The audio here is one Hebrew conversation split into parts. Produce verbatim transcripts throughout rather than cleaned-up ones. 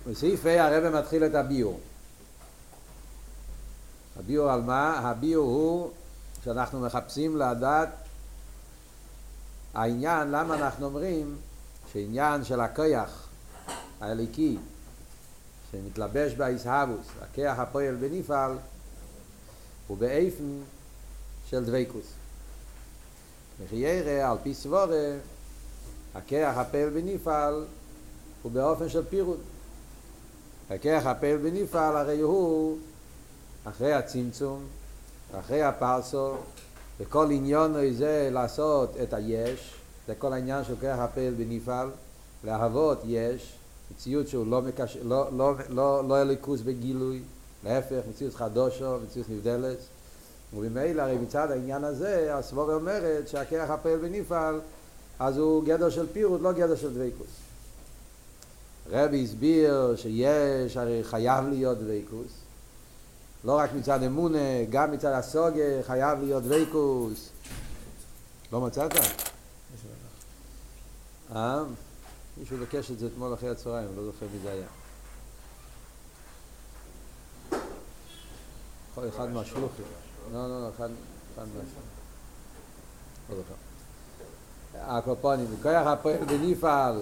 בסעיף ה' הרב מתחיל את הביור. הביור על מה? הביור הוא שאנחנו מחפשים לדעת העניין, למה אנחנו אומרים שעניין של הכוח האליקי שמתלבש באיסהבוס, הכוח הפועל בנפעל, הוא באיפן של דבקוס. מחיירה על פי סבורה הכוח הפועל בנפעל הוא באופן של פירוד. הכוח הפועל בנפעל הרי הוא אחרי הצמצום, אחרי הפרסו, וכל עניון זה לעשות את היש, זה כל העניין של כוח הפועל בנפעל, להוות יש, מציאות שהוא לא, מקש... לא, לא, לא, לא אליקוס בגילוי, להפך, מציאות חדושו, מציאות נבדלת, ובמילא הרי מצד העניין הזה, הסבורה אומרת שהכוח הפועל בנפעל, אז הוא גדר של פירוד, לא גדר של דבקוס. רבי הסביר שיש, הרי חייב להיות דבקוס, לא רק מצד אמונה, גם מצד הסוגיה חייב להיות דבקוס. לא מצאת? אה? מישהו בקש את זה אתמול אחרי הצהריים, לא זוכר מי זה היה. אחד מהשלוחים. לא, לא, לא, אחד מהשלוחים. לא זוכר. הקופונים, בכוח הפועל בנפעל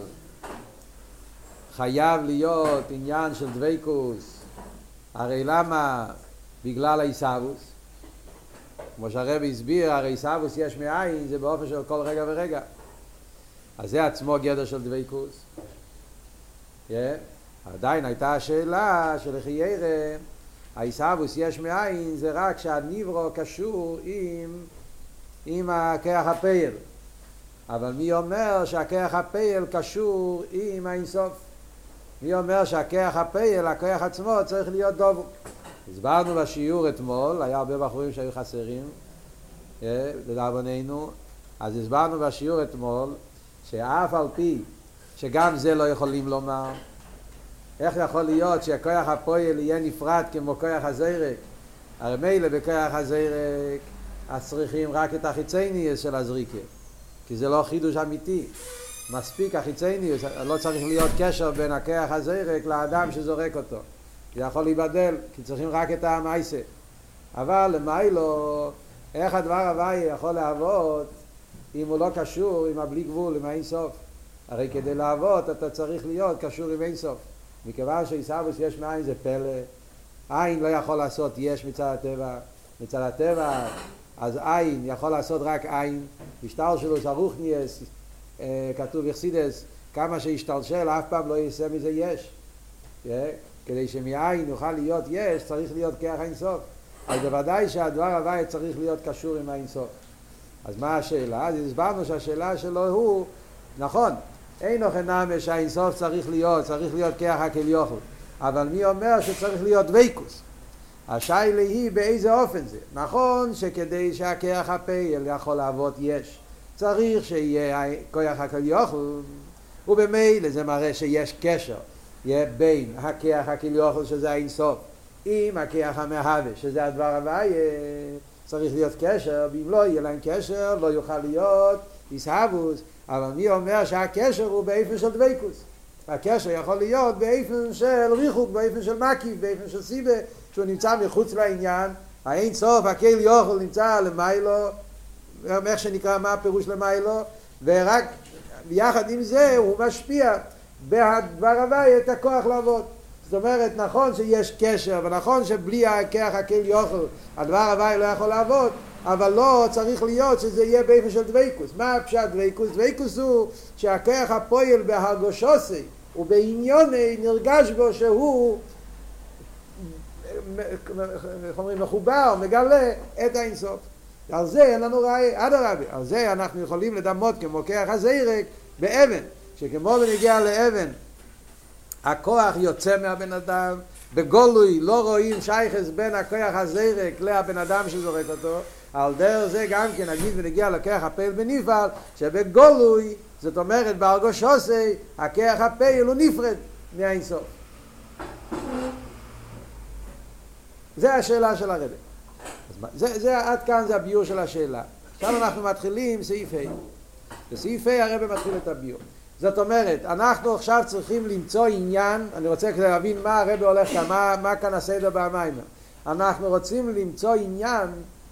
חייב להיות עניין של דבקוס. הרי למה? בגלל האיסהבוס. כמו שהרבי הסביר, הרי איסהבוס יש מאין, זה באופן של כל רגע ורגע. אז זה עצמו גדר של דבקוס. Yeah. עדיין הייתה השאלה של חיירה, האיסהבוס יש מאין, זה רק שהניברו קשור עם, עם הכוח הפועל. אבל מי אומר שהכוח הפועל קשור עם האינסוף? מי אומר שהכוח הפועל, הכוח עצמו, צריך להיות דבוק? הסברנו בשיעור אתמול, היה הרבה בחורים שהיו חסרים, לדאבוננו, אז הסברנו בשיעור אתמול, שאף על פי שגם זה לא יכולים לומר, איך יכול להיות שהכוח הפועל יהיה נפרד כמו כוח הזרק? הרי מילא בכוח הזרק, אז צריכים רק את החיצייניוס של הזריקה, כי זה לא חידוש אמיתי. מספיק החיצייניוס, לא צריך להיות קשר בין הכוח הזרק לאדם שזורק אותו. זה יכול להיבדל, כי צריכים רק את המייסה. אבל למיילו, איך הדבר הבא יכול לעבוד אם הוא לא קשור עם הבלי גבול, עם האינסוף? הרי כדי לעבוד אתה צריך להיות קשור עם אינסוף. מכיוון שאיסהבוס יש מאין זה פלא, עין לא יכול לעשות יש מצד הטבע. מצד הטבע, אז עין יכול לעשות רק עין. משטר שלו סרוכניאס, כתוב יחסידס, כמה שישתלשל אף פעם לא יעשה מזה יש. כדי שמעין יוכל להיות יש, צריך להיות כוח האינסוף. אז בוודאי שהדבר הבא צריך להיות קשור עם האינסוף. אז מה השאלה? אז הסברנו שהשאלה שלו הוא, נכון, אין אוכנמה שהאינסוף צריך להיות, צריך להיות כוח הכליוכל. אבל מי אומר שצריך להיות דבקוס? השאלה היא באיזה אופן זה. נכון שכדי שהכוח הפועל יכול לעבוד יש, צריך שיהיה כוח הכליוכל, ובמילא זה מראה שיש קשר. יהיה בין הכוח הכליוכל שזה האינסוף עם הכוח המהווה שזה הדבר הבא, צריך להיות קשר, ואם לא יהיה להם קשר לא יוכל להיות איסהבוס. אבל מי אומר שהקשר הוא באיפן של דבקוס? הקשר יכול להיות באיפן של ריחוק, באיפן של מקיף, באיפן של סיבה, שהוא נמצא מחוץ לעניין. האינסוף, הכליוכל נמצא למיילו, איך שנקרא מה הפירוש למיילו, ורק ביחד עם זה הוא משפיע בהדבר הבא את הכוח לעבוד. זאת אומרת, נכון שיש קשר, ונכון שבלי הכוח הכליוכל הדבר הבא לא יכול לעבוד, אבל לא צריך להיות שזה יהיה באיפן של דבקוס. מה הפשט דבקוס? דבקוס הוא שהכוח הפועל בהרגושוסי ובעניוני נרגש בו שהוא מחובר, מגלה את האינסוף. על זה אין לנו ראיה, אדרבה, על זה אנחנו יכולים לדמות כמו כוח הזרק באבן, שכמו בנגיע לאבן הכוח יוצא מהבן אדם, בגולוי לא רואים שייכס בין הכוח הזרק לבן אדם שזורק אותו. על דרך זה גם כן נגיד ונגיע לכוח הפועל בנפעל, שבגולוי, זאת אומרת בהרגושוסי, הכוח הפועל הוא נפרד מהאינסוף. זה השאלה של הרבי. זה, זה, עד כאן זה הביור של השאלה. עכשיו אנחנו מתחילים סעיף ה'. בסעיף ה' הרבי מתחיל את הביור. זאת אומרת, אנחנו עכשיו צריכים למצוא עניין, אני רוצה כדי להבין מה הרב הולך כאן, מה, מה כאן הסדר במים. אנחנו רוצים למצוא עניין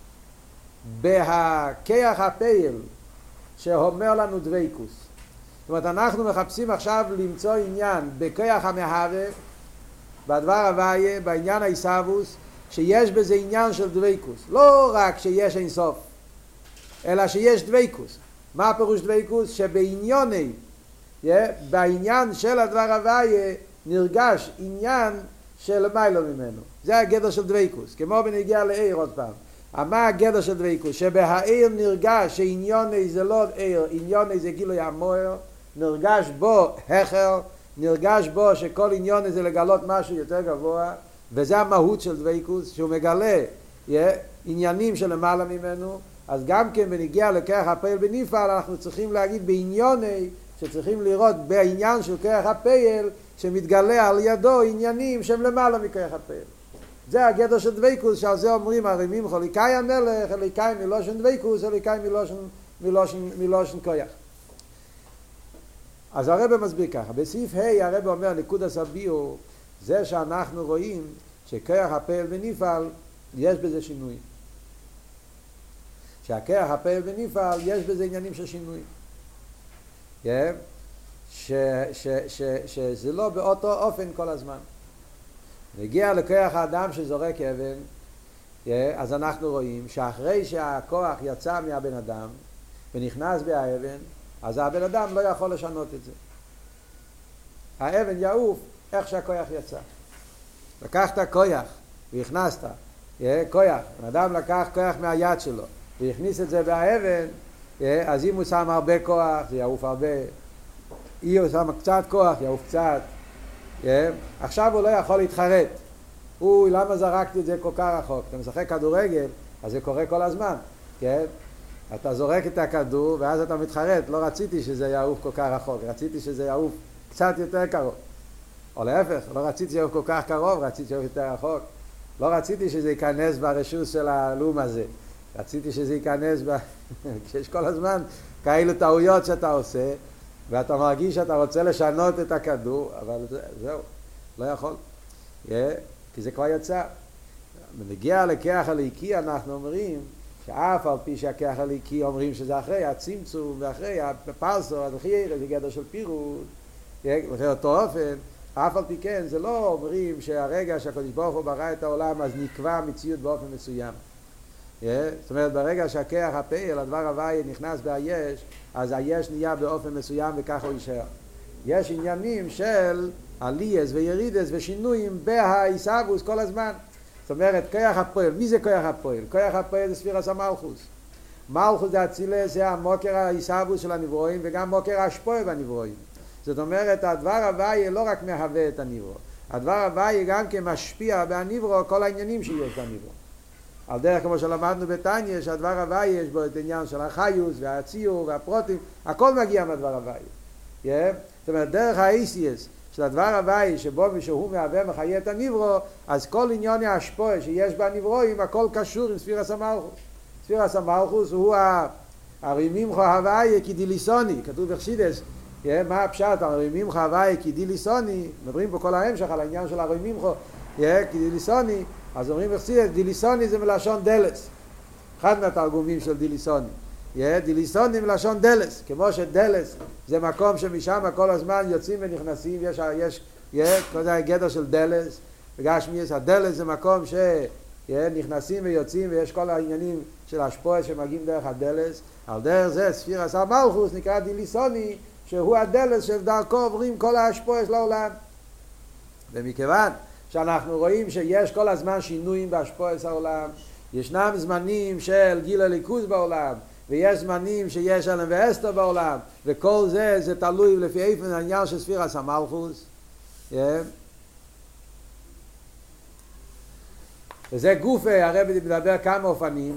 בהכיח הפייל שאומר לנו דוויקוס. זאת אומרת, אנחנו מחפשים עכשיו למצוא עניין בכיח המהווה, בדבר הוויה, בעניין הישאבוס, שיש בזה עניין של דוויקוס. לא רק שיש אין סוף, אלא שיש דוויקוס. מה הפירוש דוויקוס? שבעניוני, yeah, בעניין של הדבר הוויה נרגש עניין של מיילו ממנו. זה הגדר של דוויקוס. כמו בנגיע לעיר עוד פעם. מה הגדר של דוויקוס? שבהעיר נרגש שעניוני זה לא עיר, עניוני זה גילוי המוער, נרגש בו החר, נרגש בו שכל עניוני זה לגלות משהו יותר גבוה, וזה המהות של דוויקוס, שהוא מגלה yeah, עניינים שלמעלה ממנו. אז גם כן בנגיע לכיח הפייל בנפעל אנחנו צריכים להגיד בעניוני, שצריכים לראות בעניין של כיח הפייל שמתגלה על ידו עניינים שהם למעלה מכיח הפייל. זה הגדר של דוויקוס, שעל זה אומרים הרימים חוליקאי המלך, אליקאי מלושן דוויקוס, אליקאי מלושן, מלושן, מלושן כיח. אז הרב מסביר ככה, בסעיף ה' הרב אומר נקודס הביאור, זה שאנחנו רואים שכיח הפייל בנפעל יש בזה שינוי. שהכיח הפייל בנפעל יש בזה עניינים של שינוי. Yeah. ש, ש, ש, שזה לא באותו אופן כל הזמן. נגיע לכוח האדם שזורק אבן, yeah, אז אנחנו רואים שאחרי שהכוח יצא מהבן אדם ונכנס באבן, אז הבן אדם לא יכול לשנות את זה. האבן יעוף איך שהכוח יצא. לקחת כוח והכנסת, yeah, כוח, בן אדם לקח כוח מהיד שלו והכניס את זה באבן, yeah, אז אם הוא שם הרבה כוח זה יעוף הרבה, אם הוא שם קצת כוח יעוף קצת. Yeah. עכשיו הוא לא יכול להתחרט. הוא, למה זרקתי את זה כל כך רחוק? אתה משחק כדורגל, אז זה קורה כל הזמן. כן? אתה זורק את הכדור ואז אתה מתחרט. לא רציתי שזה יעוף כל כך רחוק, רציתי שזה יעוף קצת יותר קרוב. או להפך, לא רציתי שיעוף כל כך קרוב, רציתי שיעוף יותר רחוק. לא רציתי שזה ייכנס ברשוס של הלום הזה. רציתי שזה ייכנס ב... כשיש כל הזמן כאלו טעויות שאתה עושה, ואתה מרגיש שאתה רוצה לשנות את הכדור, אבל זה, זהו, לא יכול. Yeah, כי זה כבר יצא. בנגיע לכיח הליקי אנחנו אומרים, שאף על פי שהכיח הליקי אומרים שזה אחרי הצמצום ואחרי הפרסו, אז אחרי זה גדר של פירוט, אחרי אותו אופן, אף על פי כן זה לא אומרים שהרגע שהקדוש ברוך הוא ברא את העולם אז נקבע מציאות באופן מסוים. Yeah, זאת אומרת ברגע שהכיח הפעיל, הדבר הוואי נכנס בהיש, אז היש נהיה באופן מסוים וככה הוא יישאר. יש עניינים של עלייס וירידס ושינויים בהישאבוס כל הזמן. זאת אומרת, כיח הפועל, מי זה כיח הפועל? כיח הפועל זה ספירס המלכוס. מלכוס זה אצילס, זה המוקר הישאבוס של הנברואים וגם מוקר השפוע בנברואים. זאת אומרת, הדבר הוואי לא רק מהווה את הנברוא. הדבר הוואי גם כמשפיע בנברוא כל העניינים שיש בנברוא. על דרך כמו שלמדנו בתניא, שהדבר הוואי יש בו את העניין של החיוס והציור והפרוטים, הכל מגיע מהדבר הוואי. Yeah? זאת אומרת, דרך האיסיאס של הדבר הוואי שבו שהוא מהווה מחיה את הנברוא, אז כל עניון ההשפוע שיש בנברואים, הכל קשור עם ספירס המלכוס. ספירס המלכוס הוא הרימימחו הוואי כדיליסוני, כתוב בחסידות, yeah? מה הפשט? הרימימחו הוואי כדיליסוני, מדברים פה כל ההמשך על העניין של הרימימחו, yeah? כדיליסוני, אז אומרים בחסידות, דיליסוני זה מלשון דלס. אחד מהתרגומים של דיליסוני. Yeah, דיליסוני מלשון דלס. כמו שדלס זה מקום שמשם כל הזמן יוצאים ונכנסים. יש, יש, yeah, כל זה הגדר של דלס. וגשמיאס, הדלס זה מקום שנכנסים yeah, ויוצאים ויש כל העניינים של השפוע שמגיעים דרך הדלס. על דרך זה ספירס המלכוס נקרא דיליסוני, שהוא הדלס של דרכו עוברים כל ההשפוע של העולם. ומכיוון שאנחנו רואים שיש כל הזמן שינויים בהשפועס העולם, ישנם זמנים של גיל הליכוז בעולם, ויש זמנים שיש אלם ואסתר בעולם, וכל זה זה תלוי לפי איפן העניין של ספירס המלכוס. Yeah. וזה גופה, הרב מדבר כמה אופנים.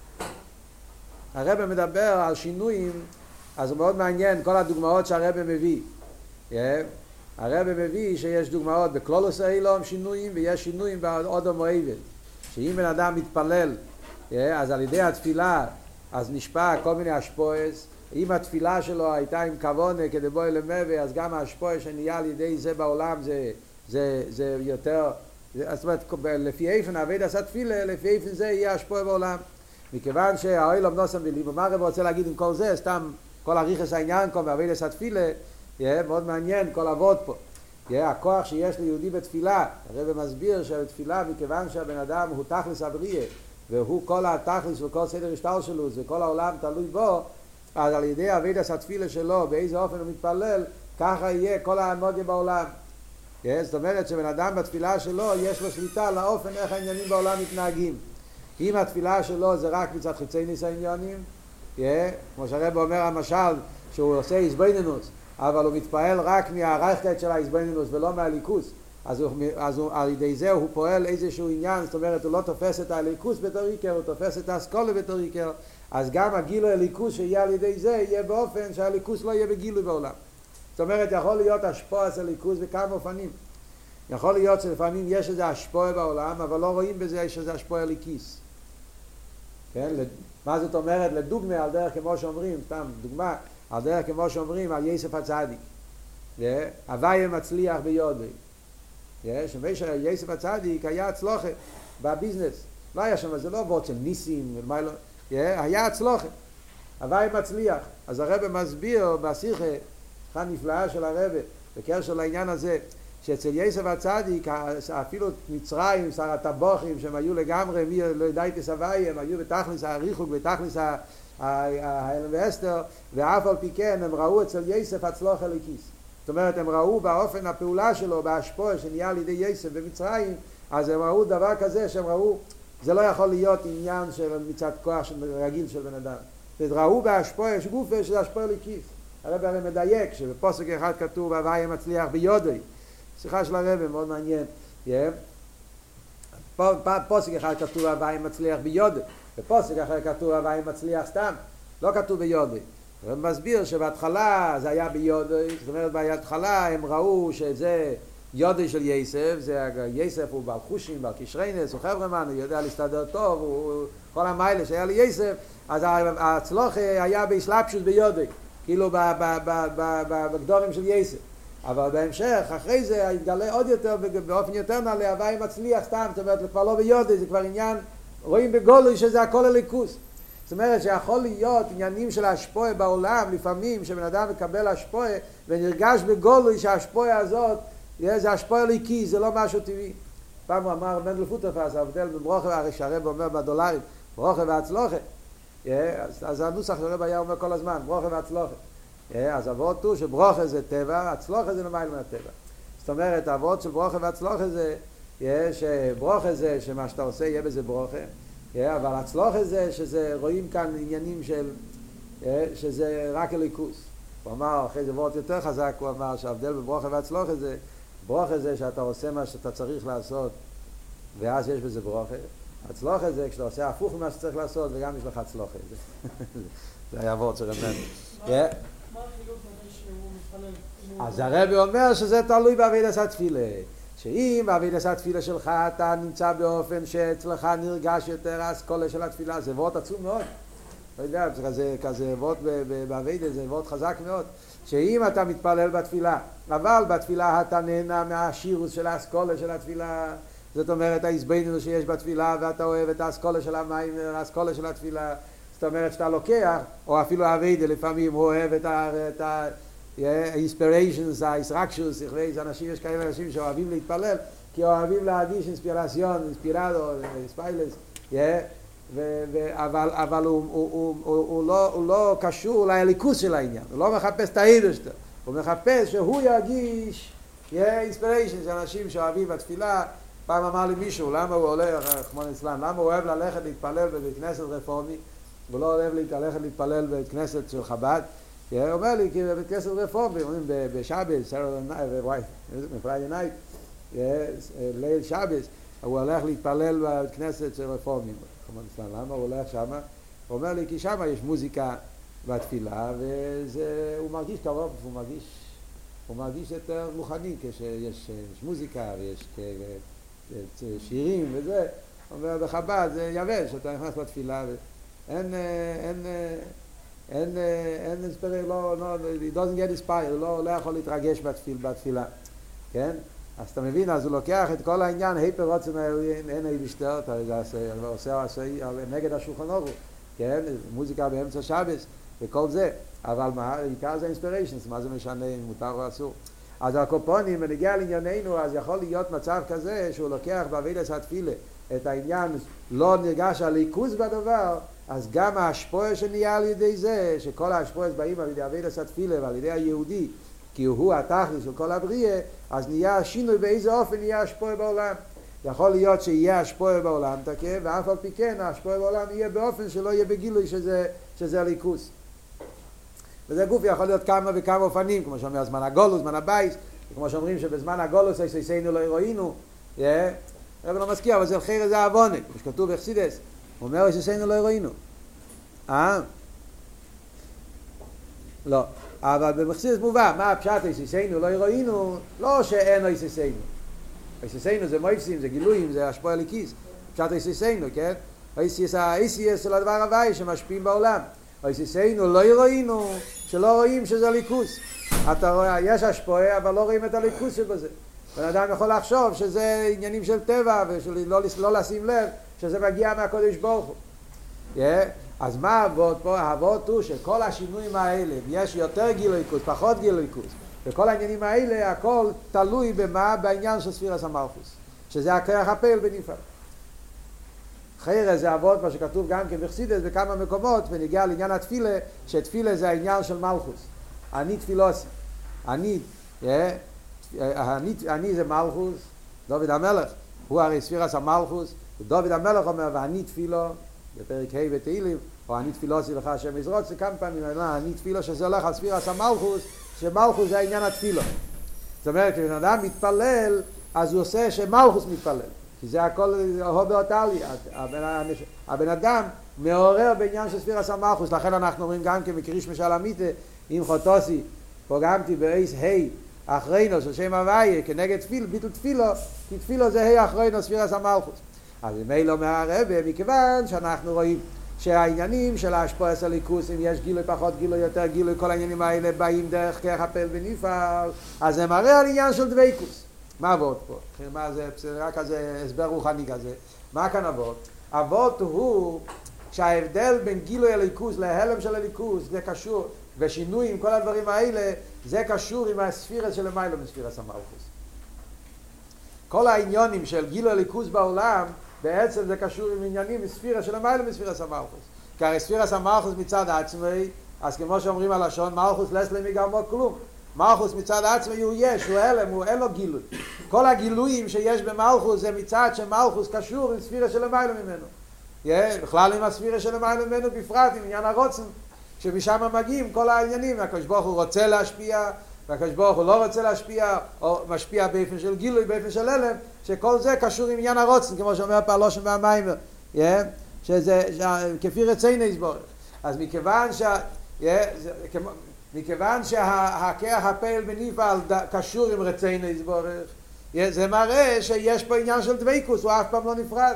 הרב מדבר על שינויים, אז הוא מאוד מעניין כל הדוגמאות שהרב מביא. Yeah. הרב מביא שיש דוגמאות בכלולוס האילום שינויים, ויש שינויים באודום ואיבד. שאם בן אדם מתפלל, אז על ידי התפילה, אז נשפע כל מיני השפועס, אם התפילה שלו הייתה עם כוונה כדי בוא למבה, אז גם ההשפועה שנהיה על ידי זה בעולם זה, זה, זה יותר, זאת אומרת, לפי איפן עבד עשה תפילה, לפי איפן זה יהיה השפועה בעולם. מכיוון שהאילום נוסם בליבו, מה הרב רוצה להגיד עם כל זה? סתם כל הריחס העניין, כל עבד עשה תפילה, מאוד מעניין כל עבוד פה. הכוח שיש ליהודי בתפילה, הרב מסביר שבתפילה, מכיוון שהבן אדם הוא תכלס הבריאה, והוא כל התכלס וכל סדר השטר שלו, וכל העולם תלוי בו, אז על ידי עבודת התפילה שלו, באיזה אופן הוא מתפלל, ככה יהיה כל הנוגע בעולם. זאת אומרת שבן אדם בתפילה שלו יש לו שליטה על האופן איך העניינים בעולם מתנהגים. אם התפילה שלו זה רק מצד חיצי ניס העניינים, כמו שהרב אומר המשל, שהוא עושה איזבנינוס, אבל הוא מתפעל רק מהרייכקייט של האיזבנינוס ולא מהליכוס, אז, הוא, אז הוא, על ידי זה הוא פועל איזשהו עניין, זאת אומרת הוא לא תופס את הליכוס בתור עיקר, הוא תופס את האסכולה בתור עיקר, אז גם הגילוי הליכוס שיהיה על ידי זה יהיה באופן שהליכוס לא יהיה בגילוי בעולם. זאת אומרת יכול להיות השפוע של הליכוס בכמה אופנים. יכול להיות שלפעמים יש איזה השפוע בעולם, אבל לא רואים בזה יש איזה השפוע ליקיס. כן? מה זאת אומרת? לדוגמה, על דרך כמו שאומרים, סתם דוגמה, על דרך כמו שאומרים על יוסף הצדיק. הוויה מצליח ביודעי. שמש יוסף הצדיק היה הצלוחה בביזנס. לא היה שם, זה לא עבוד של ניסים, היה הצלוחה. הוויה מצליח. אז הרב מסביר בשיחה, אחד נפלאה של הרב, בקשר לעניין הזה, שאצל יוסף הצדיק, אפילו מצרים, שר הטבוחים, שהם היו לגמרי, מי לא ידעתי סבי, הם היו בתכלס הריחוק, בתכלס האלם ואסתר, ואף על פי כן הם ראו אצל יוסף הצלוח הליקיס. זאת אומרת, הם ראו באופן הפעולה שלו, בהשפוע שנהיה על ידי יוסף במצרים, אז הם ראו דבר כזה שהם ראו, זה לא יכול להיות עניין של מצד כוח של רגיל של בן אדם. ראו בהשפוע, יש גופה שזה השפוע ליקיס. הרב הרי מדייק, שבפוסק אחד כתוב, הוויה מצליח ביודעי. שיחה של הרב מאוד מעניין. פוסק אחד כתוב הוויה מצליח ביודעי, בפוסק אחר כתוב הוויה מצליח סתם, לא כתוב ביודעי. הרב מסביר שבהתחלה זה היה ביודעי, זאת אומרת בהתחלה הם ראו שזה יודעי של יוסף, זה יוסף הוא בעל חושים, בעל קשריינס, הוא חברמן, הוא יודע להסתדר טוב, הוא כל המיילה שהיה ליוסף, אז הצלוח היה בהשלפשות ביודעי, כאילו בגדורים של יוסף. אבל בהמשך, אחרי זה, התגלה עוד יותר, באופן יותר נעלה, הוויה מצליח סתם, זאת אומרת, כבר לא ביודעי, זה כבר עניין, רואים בגולוי שזה הכל הליכוס. זאת אומרת שיכול להיות עניינים של השפוע בעולם, לפעמים שבן אדם מקבל השפוע, ונרגש בגולוי שההשפוע הזאת, זה השפוע ליקי, זה לא משהו טבעי. פעם הוא אמר, מנדל פוטרפס, ההבדל בברוכה, הרי שהרב אומר בדולרים, ברוכה והצלוחה. אז הנוסח של הרב היה אומר כל הזמן, ברוכה והצלוחה. אז אבות הוא שברוכה זה טבע, הצלוחה זה למעלה מהטבע. זאת אומרת, האבות של ברוכה והצלוחה זה, שברוכה זה שמה שאתה עושה יהיה בזה ברוכה, אבל הצלוחה זה שזה רואים כאן עניינים של, שזה רק הליכוס. הוא אמר, אחרי זה אבות יותר חזק, הוא אמר שההבדל בברוכה והצלוחה זה, ברוכה זה שאתה עושה מה שאתה צריך לעשות, ואז יש בזה ברוכה. הצלוחה זה כשאתה עושה הפוך ממה שצריך לעשות, וגם יש לך צלוחה. זה היה אבות של רבנו. אז הרב אומר שזה תלוי בעבודת התפילה, שאם בעבודת התפילה שלך אתה נמצא באופן שאצלך נרגש יותר האסכולה של התפילה, זה וורט עצום מאוד, לא יודע, זה כזה וורט בעבודת, זה וורט חזק מאוד, שאם אתה מתפלל בתפילה, אבל בתפילה אתה נהנה מהשירוס של האסכולה של התפילה, זאת אומרת ההסביננו שיש בתפילה ואתה אוהב את האסכולה של המים, האסכולה של התפילה, זאת אומרת שאתה לוקח, או אפילו העבודה לפעמים הוא אוהב את ה... inspirations, הישרקשוס, אנשים, יש כאלה אנשים שאוהבים להתפלל, כי אוהבים להגיש אינספירציון, אינספירדו, ספיילס, אבל הוא לא קשור לליכוס של העניין, הוא לא מחפש את העידו שלו, הוא מחפש שהוא יגיש אינספירציונס, אנשים שאוהבים בתפילה. פעם אמר לי מישהו, למה הוא הולך, כמו אצלם, למה הוא אוהב ללכת להתפלל בבית כנסת רפורמי, והוא לא אוהב ללכת להתפלל בבית כנסת של חב"ד? הוא אומר לי, כי בבית כנסת רפורמי, אומרים בשבס, פריידי נייט, ליל שבס, הוא הולך להתפלל בבית כנסת של רפורמים. למה הוא הולך שם? הוא אומר לי, כי שם יש מוזיקה בתפילה, והוא מרגיש קרוב, הוא מרגיש, הוא מרגיש יותר מוכני כשיש מוזיקה ויש שירים וזה. הוא אומר, בחב"ד זה יבש, אתה נכנס לתפילה, אין, אין, אין, אין אינספירר, לא, לא, he doesn't get inspired, לא, לא יכול להתרגש בתפיל, בתפילה, כן? אז אתה מבין, אז הוא לוקח את כל העניין, היפר רוצן אין אי בשטר, זה עושה, עושה נגד השולחן אורו, כן? מוזיקה באמצע שבס וכל זה, אבל מה, עיקר זה אינספיריישנס, מה זה משנה אם מותר או אסור? אז הקופונים, ונגיע לענייננו, אז יכול להיות מצב כזה שהוא לוקח בעבודת התפילה את העניין, לא נרגש הליכוז בדבר, אז גם ההשפועה שנהיה על ידי זה, שכל ההשפועות באים על ידי עבודת התפילה ועל ידי היהודי, כי הוא התכלית של כל הבריאה, אז נהיה שינוי באיזה אופן נהיה השפועה בעולם. יכול להיות שיהיה השפועה בעולם, תקה, ואף על פי כן ההשפועה בעולם יהיה באופן שלא יהיה בגילוי שזה, שזה הליכוז. וזה גוף יכול להיות כמה וכמה אופנים, כמו שאומר זמן הגולוס, זמן הבייס, כמו שאומרים שבזמן הגולוס איסנו לא הראינו, רב לא מזכיר, אבל זה אחרי זה אבונה, כמו שכתוב בחסידס, הוא אומר איסנו לא הראינו. אה? לא. אבל בחסידס מובא, מה הפשט איסנו לא הראינו? לא שאין איסנו. איסנו זה מויפסים, זה גילויים, זה השפוע ליקיס. פשט איסנו, כן? איסיס של הדבר הוואי שמשפיעים בעולם. איסנו לא הראינו, שלא רואים שזה ליכוס. אתה רואה, יש השפוע, אבל לא רואים את הליכוס שבזה. בן אדם יכול לחשוב שזה עניינים של טבע, ולא לא לשים לב שזה מגיע מהקודש ברוך הוא. Yeah. אז מה העבוד פה? העבוד הוא שכל השינויים האלה, יש יותר גילוי ליכוס, פחות גילוי ליכוס, וכל העניינים האלה, הכל תלוי במה? בעניין של ספירס המלכוס, שזה הכרך הפעיל בנפרד. חיירה זה עבוד, מה שכתוב גם כן בחסידס בכמה מקומות, ונגיע לעניין התפילה, שתפילה זה העניין של מלכוס. אני תפילוסי. אני, yeah, אני, אני זה מלכוס, דוד המלך, הוא הרי ספירס המלכוס, ודוד המלך אומר, ואני תפילו, בפרק ה' בתהילים, או אני תפילוסי לך השם יזרוד, זה כמה פעמים, אני תפילו שזה הולך על ספירס המלכוס, שמלכוס זה העניין התפילו. זאת אומרת, כשבן אדם מתפלל, אז הוא עושה שמלכוס מתפלל. כי זה הכל הובאותלי, הבן אדם מעורר בעניין של ספירס המלכוס, לכן אנחנו אומרים גם כמקריש משל המיתה, אם חוטוסי, פוגמתי באיס ה' אחרינו של שם הוויה, כנגד תפיל, ביטל תפילו, כי תפילו זה ה' אחרינו ספירס המלכוס. אז אם לא מהרבה, מכיוון שאנחנו רואים שהעניינים של ההשפוע הסליקוס, אם יש גילוי פחות גילוי יותר גילוי, כל העניינים האלה באים דרך כרך הפעל בנפעל, אז זה מראה על עניין של דוויקוס. מה עבוד פה? מה זה? רק כזה הסבר רוחני כזה. מה כאן עבוד? עבוד הוא שההבדל בין גילוי הליכוס להלם של הליכוס, זה קשור, ושינוי עם כל הדברים האלה, זה קשור עם הספירס של המיילו מספירס המלכוס. כל העניונים של גילוי הליכוס בעולם, בעצם זה קשור עם עניינים מספירס של המיילו מספירס המלכוס. כי הרי ספירס המלכוס מצד עצמי, אז כמו שאומרים הלשון, מלכוס לסלם מגרמו כלום. מלכוס מצד עצמי הוא יש, הוא הלם, הוא אין לו גילוי. כל הגילויים שיש במלכוס זה מצד שמלכוס קשור עם ספירה של המיילו ממנו. Yeah, בכלל עם הספירה של המיילו ממנו בפרט, עם עניין הרוצן, שמשם מגיעים כל העניינים. הקדוש ברוך הוא רוצה להשפיע, והקדוש ברוך הוא לא רוצה להשפיע, או משפיע באופן של גילוי, באופן של הלם, שכל זה קשור עם עניין הרוצן, כמו שאומר פעלושן והמיימר. Yeah, שזה כפי רצינו יסבורך. אז מכיוון ש... Yeah, זה, כמו... מכיוון שהכרך הפעיל בנפעל קשור עם רצינו יסבורך, זה מראה שיש פה עניין של דוויקוס, הוא אף פעם לא נפרד.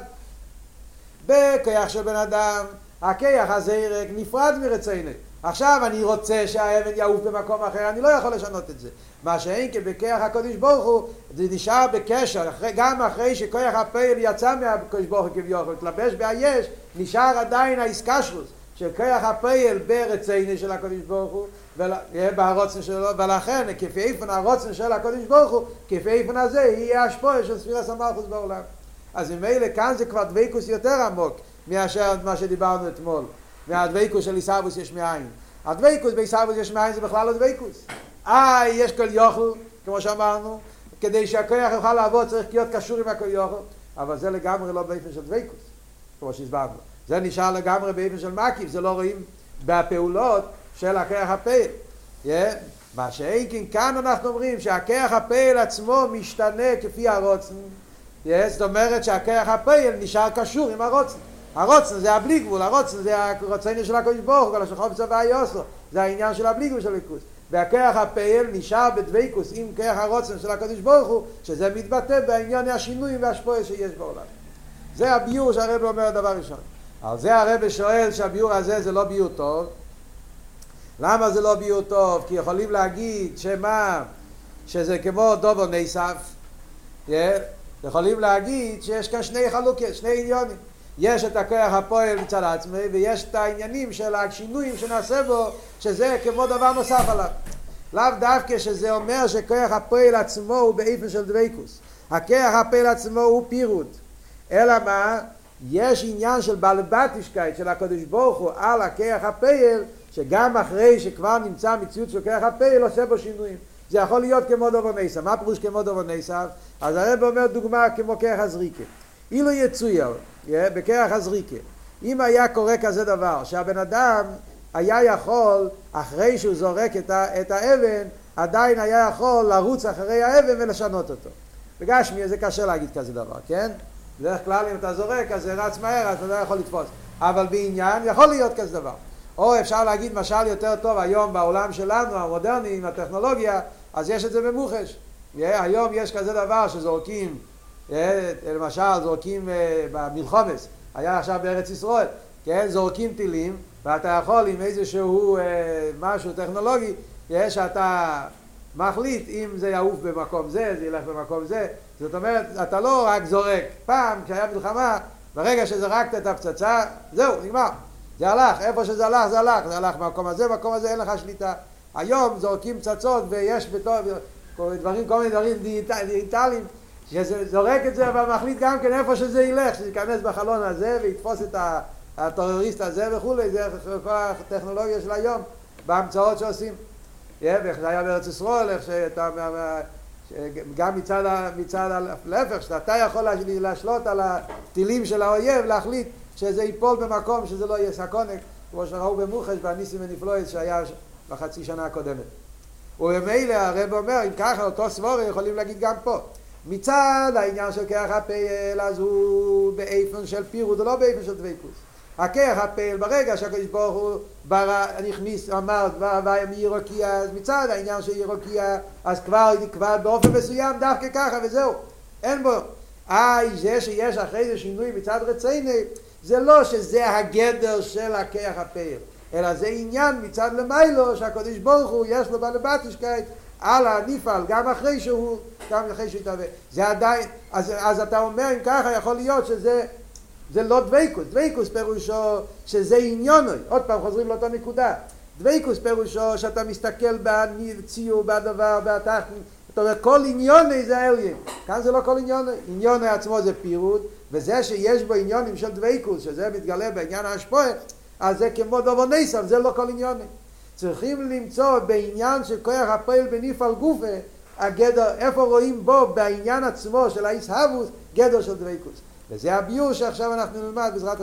בכרך של בן אדם, הכרך הזה נפרד מרצינו. עכשיו אני רוצה שהאבן יעוף במקום אחר, אני לא יכול לשנות את זה. מה שאין כי בכרך הקדוש ברוך הוא, זה נשאר בקשר, גם אחרי שכרך הפעיל יצא מהקדוש ברוך הוא כביכול, התלבש בהיש, נשאר עדיין האיסקשרוס של כרך הפעיל ברצינו של הקדוש ברוך הוא, בהרוצן שלו, ולכן כפי איפן הרוצן של הקדוש ברוך הוא, כפי איפן הזה יהיה השפוע של ספירס המלכוס בעולם. אז אם אלה כאן זה כבר דוויקוס יותר עמוק מאשר מה שדיברנו אתמול, מהדוויקוס של איסאבוס יש מאין. הדוויקוס באיסאבוס יש מאין זה בכלל לא דוויקוס. אה, יש כל יוכל, כמו שאמרנו, כדי שהכוח יוכל לעבוד צריך להיות קשור עם הכל יוכל, אבל זה לגמרי לא באיפן של דוויקוס, כמו שהסברנו. זה נשאר לגמרי באיפן של מקיף, זה לא רואים בפעולות של הכרך הפעיל. Yeah. מה שאין כן כאן אנחנו אומרים שהכרך הפעיל עצמו משתנה כפי הרוצן. Yeah. זאת אומרת שהכרך הפעיל נשאר קשור עם הרוצן. הרוצן זה הבלי גבול, הרוצן זה הרוצן של הקדוש ברוך הוא, כל השחוב צבא יוסו. זה העניין של הבלי גבול של הליכוס. והכרך הפעיל נשאר בדוויקוס עם כרך הרוצן של הקדוש ברוך הוא, שזה מתבטא בעניין השינויים והשפועה שיש בעולם. זה הביור שהרב אומר דבר ראשון. על זה הרב שואל שהביור הזה זה לא ביור טוב. למה זה לא ביור טוב? כי יכולים להגיד שמה, שזה כמו דובר נסף, yeah? יכולים להגיד שיש כאן שני חלוקות, שני עניונים. יש את הכוח הפועל מצד עצמי, ויש את העניינים של השינויים שנעשה בו, שזה כמו דבר נוסף עליו. לאו דווקא שזה אומר שכוח הפועל עצמו הוא באיפן של דבקוס. הכוח הפועל עצמו הוא פירוט. אלא מה? יש עניין של בלבטישקייט של הקדוש ברוך הוא על הכוח הפועל, שגם אחרי שכבר נמצא מציאות של כוח הפועל עושה בו שינויים. זה יכול להיות כמו דובר נסף. מה פירוש כמו דובר נסף? אז הרב אומר דוגמה כמו כוח הזריקה. אילו יצויר, בכוח הזריקה, אם היה קורה כזה דבר, שהבן אדם היה יכול, אחרי שהוא זורק את, ה, את האבן, עדיין היה יכול לרוץ אחרי האבן ולשנות אותו. בגשמי זה קשה להגיד כזה דבר, כן? בדרך כלל אם אתה זורק, אז זה רץ מהר, אז אתה לא יכול לתפוס. אבל בעניין יכול להיות כזה דבר. או אפשר להגיד משל יותר טוב, היום בעולם שלנו, המודרני, עם הטכנולוגיה, אז יש את זה במוחש. היום יש כזה דבר שזורקים, למשל זורקים במלחומס, היה עכשיו בארץ ישראל, כן? זורקים טילים, ואתה יכול עם איזשהו משהו טכנולוגי, שאתה מחליט אם זה יעוף במקום זה, זה ילך במקום זה. זאת אומרת, אתה לא רק זורק. פעם, כשהיה מלחמה, ברגע שזרקת את הפצצה, זהו, נגמר. זה הלך, איפה שזה הלך, זה הלך. זה הלך במקום הזה, במקום הזה אין לך שליטה. היום זורקים פצצות ויש בתור, דברים, כל מיני דברים דיגיטליים, שזורק את זה אבל מחליט גם כן איפה שזה ילך, שזה ייכנס בחלון הזה ויתפוס את הטרוריסט הזה וכולי. זה כל הטכנולוגיה של היום, בהמצאות שעושים. ואיך זה היה בארץ ישראל, איך שאתה, גם מצד, מצד להפך, שאתה יכול להשלות על הטילים של האויב, להחליט שזה ייפול במקום שזה לא יהיה סכונק, כמו שראו במוחש בניסים ונפלויס שהיה בחצי שנה הקודמת. ובמילא הרב אומר, אם ככה אותו סבורה יכולים להגיד גם פה. מצד העניין של כוח הפעל, אז הוא באיפן של פירוט, או לא באיפן של דבקות. הכוח הפעל, ברגע שהקדוש ברוך הוא ברא, נכניס, אמר, והיה מירוקיה, אז מצד העניין של ירוקיה, אז כבר, כבר באופן מסוים, דווקא ככה, וזהו. אין בו. אה, זה שיש אחרי זה שינוי מצד רציני, זה לא שזה הגדר של הכוח הפעל, אלא זה עניין מצד למיילו, שהקדוש ברוך הוא יש לו בלבטישקייט, על הנפעל, גם אחרי שהוא, גם אחרי שהוא יתהווה. זה עדיין, אז, אז אתה אומר, אם ככה יכול להיות שזה, זה לא דבקוס. דבקוס פירושו שזה עניונוי. עוד פעם חוזרים לאותה נקודה. דבקוס פירושו שאתה מסתכל בציור, בדבר, בתחת. זאת אומרת, כל עניוני זה העליין. כאן זה לא כל עניוני. עניוני עצמו זה פירוט, וזה שיש בו עניונים של דבקוס, שזה מתגלה בעניין ההשפועה, אז זה כמו דובר נסף, זה לא כל עניוני. צריכים למצוא בעניין של כוח הפועל בנפעל גופה, הגדר, איפה רואים בו בעניין עצמו של האיסהבוס, גדר של דבקוס. וזה הביור שעכשיו אנחנו נלמד בעזרת